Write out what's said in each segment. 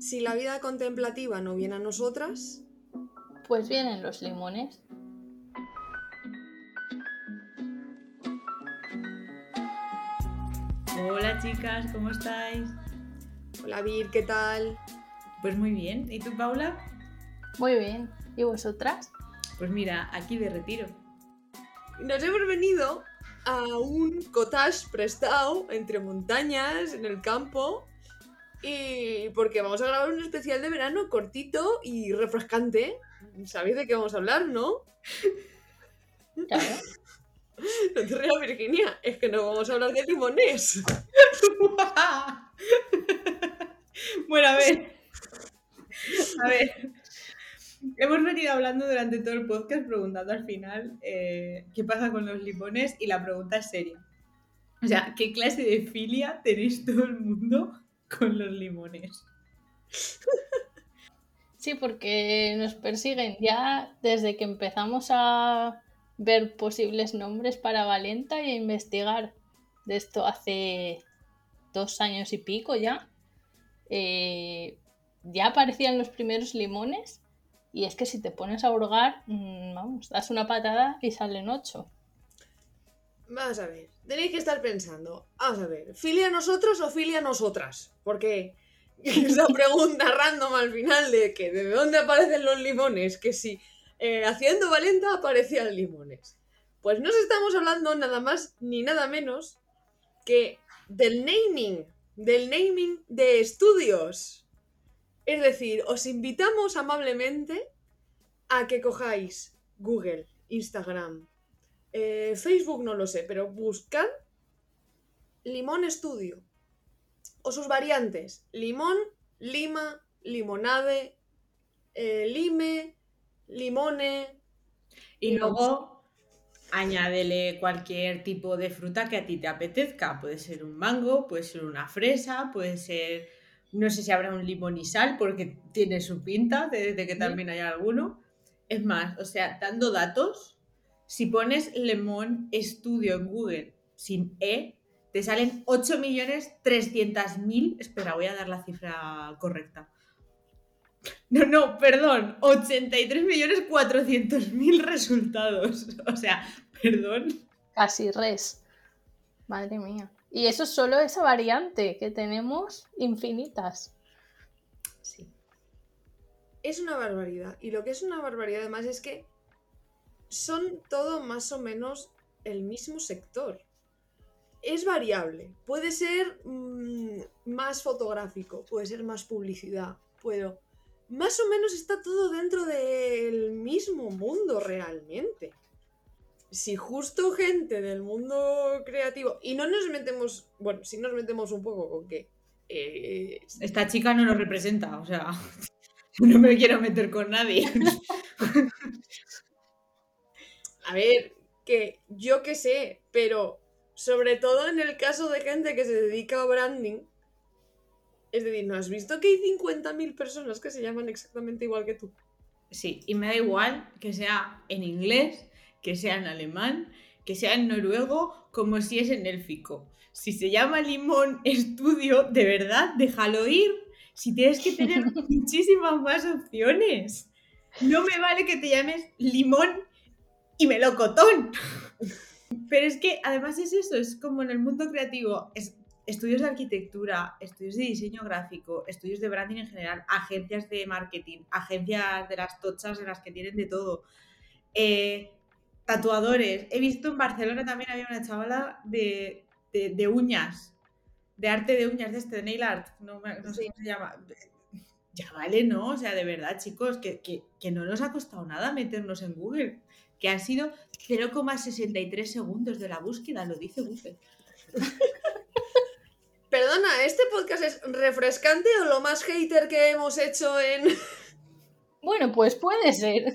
Si la vida contemplativa no viene a nosotras, pues vienen los limones. Hola chicas, ¿cómo estáis? Hola Vir, ¿qué tal? Pues muy bien. ¿Y tú, Paula? Muy bien. ¿Y vosotras? Pues mira, aquí de retiro. Nos hemos venido a un cottage prestado entre montañas, en el campo, y porque vamos a grabar un especial de verano cortito y refrescante. ¿Sabéis de qué vamos a hablar, no? Claro. No te rías, Virginia, es que no vamos a hablar de limones. Bueno, a ver. Hemos venido hablando durante todo el podcast preguntando al final qué pasa con los limones y la pregunta es seria. O sea, ¿qué clase de filia tenéis todo el mundo con los limones? Sí, porque nos persiguen ya desde que empezamos a ver posibles nombres para Valenta y a investigar de esto hace 2 años y pico ya. Ya aparecían los primeros limones y es que si te pones a hurgar, vamos, das una patada y salen 8. Vamos a ver, tenéis que estar pensando, vamos a ver, ¿filia nosotros o filia nosotras? Porque esa pregunta random al final de que de dónde aparecen los limones, que si haciendo Valenta aparecían limones. Pues no estamos hablando nada más ni nada menos que del naming de estudios. Es decir, os invitamos amablemente a que cojáis Google, Instagram, Facebook no lo sé, pero buscad Limón Estudio o sus variantes: limón, lima, limonade, lime, limone. Y luego añádele cualquier tipo de fruta que a ti te apetezca. Puede ser un mango, puede ser una fresa, puede ser, no sé si habrá un limón y sal, porque tiene su pinta de que también hay alguno. Es más, o sea, dando datos, si pones Lemon Studio en Google sin E, te salen 8.300.000. Espera, voy a dar la cifra correcta. No, perdón, 83.400.000 resultados. O sea, perdón. Casi res. Madre mía. Y eso es solo esa variante, que tenemos infinitas. Sí. Es una barbaridad. Y lo que es una barbaridad además es que son todo más o menos el mismo sector. Es variable. Puede ser más fotográfico, puede ser más publicidad, pero más o menos está todo dentro del mismo mundo realmente. Si justo gente del mundo creativo, y no nos metemos, bueno, si nos metemos un poco con que esta chica no nos representa, o sea, no me quiero meter con nadie. A ver, que yo qué sé, pero sobre todo en el caso de gente que se dedica a branding, es decir, ¿no has visto que hay 50.000 personas que se llaman exactamente igual que tú? Sí, y me da igual que sea en inglés, que sea en alemán, que sea en noruego, como si es en élfico. Si se llama Limón Estudio, de verdad, déjalo ir. Si tienes que tener muchísimas más opciones. No me vale que te llames Limón y Melocotón. Pero es que además es eso, es como en el mundo creativo, estudios de arquitectura, estudios de diseño gráfico, estudios de branding en general, agencias de marketing, agencias de las tochas de las que tienen de todo, tatuadores. He visto en Barcelona también había una chavala de uñas, de arte de uñas, de nail art, no sé Sí. cómo se llama. Ya vale, ¿no? O sea, de verdad, chicos, que no nos ha costado nada meternos en Google, que han sido 0,63 segundos de la búsqueda, lo dice Google. Perdona, ¿este podcast es refrescante o lo más hater que hemos hecho en...? Bueno, pues puede ser.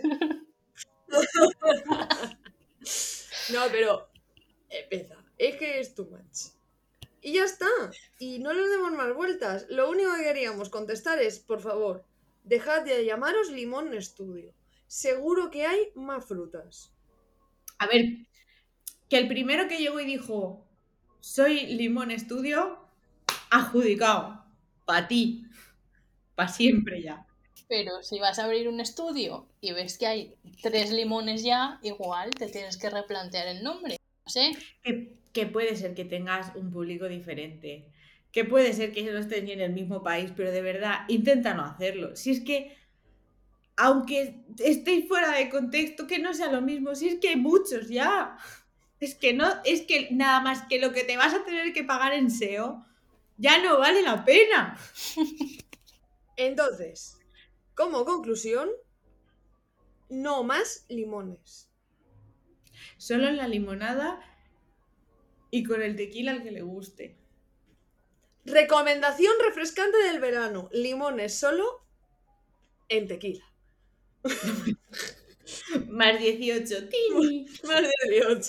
No, pero... Empieza. Es que es too much. Y ya está. Y no le demos más vueltas. Lo único que queríamos contestar es, por favor, dejad de llamaros Limón Estudio. Seguro que hay más frutas. A ver, que el primero que llegó y dijo, soy Limón Estudio, adjudicado, para ti. Para siempre ya. Pero si vas a abrir un estudio y ves que hay 3 limones ya, igual te tienes que replantear el nombre. No sé. Que puede ser que tengas un público diferente. Que puede ser que no estén ni en el mismo país, pero de verdad, intenta no hacerlo. Si es que, aunque estéis fuera de contexto, que no sea lo mismo. Si es que hay muchos ya. Es que no, es que nada más que lo que te vas a tener que pagar en SEO ya no vale la pena. Entonces, como conclusión, no más limones. Solo en la limonada y con el tequila al que le guste. Recomendación refrescante del verano: limones solo en tequila. Más 18. ¡Tini! Más de 18.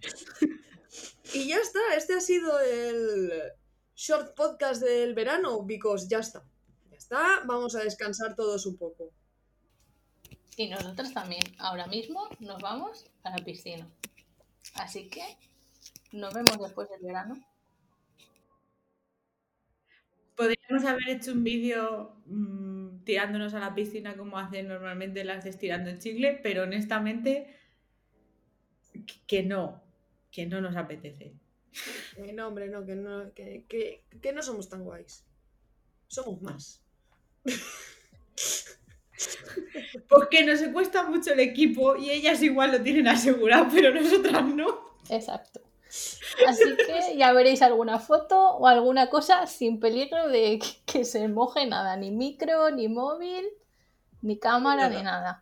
Y ya está, este ha sido el short podcast del verano, because ya está. Ya está, vamos a descansar todos un poco. Y nosotros también. Ahora mismo nos vamos a la piscina. Así que nos vemos después del verano. Podríamos haber hecho un vídeo tirándonos a la piscina como hacen normalmente las de estirando el chicle, pero honestamente que no nos apetece. No, hombre, no, que no somos tan guays. Somos más. Porque nos cuesta mucho el equipo y ellas igual lo tienen asegurado, pero nosotras no. Exacto. Así que ya veréis alguna foto o alguna cosa sin peligro de que se moje nada. Ni micro, ni móvil, ni cámara, ni nada.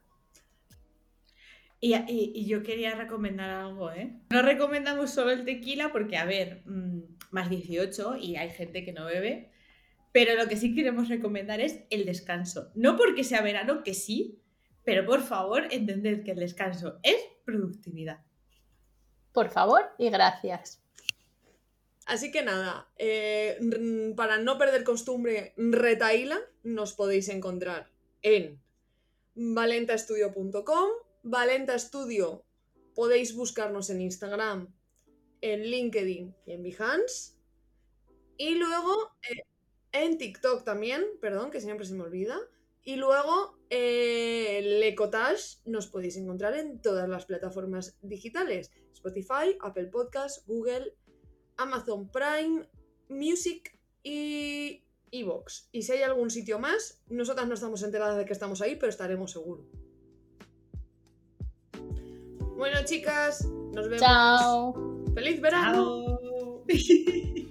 Y yo quería recomendar algo, ¿eh? No recomendamos solo el tequila porque, a ver, más 18 y hay gente que no bebe, pero lo que sí queremos recomendar es el descanso. No porque sea verano, que sí, pero por favor, entended que el descanso es productividad. Por favor y gracias. Así que nada, para no perder costumbre, retaíla, nos podéis encontrar en valentastudio.com. Valenta Studio podéis buscarnos en Instagram, en LinkedIn y en Behance. Y luego en TikTok también, perdón, que siempre se me olvida. Y luego Le Cottage nos podéis encontrar en todas las plataformas digitales: Spotify, Apple Podcasts, Google, Amazon Prime, Music y iVoox. Y si hay algún sitio más, nosotras no estamos enteradas de que estamos ahí, pero estaremos seguros. Bueno, chicas, nos vemos. Chao. ¡Feliz verano! ¡Chao!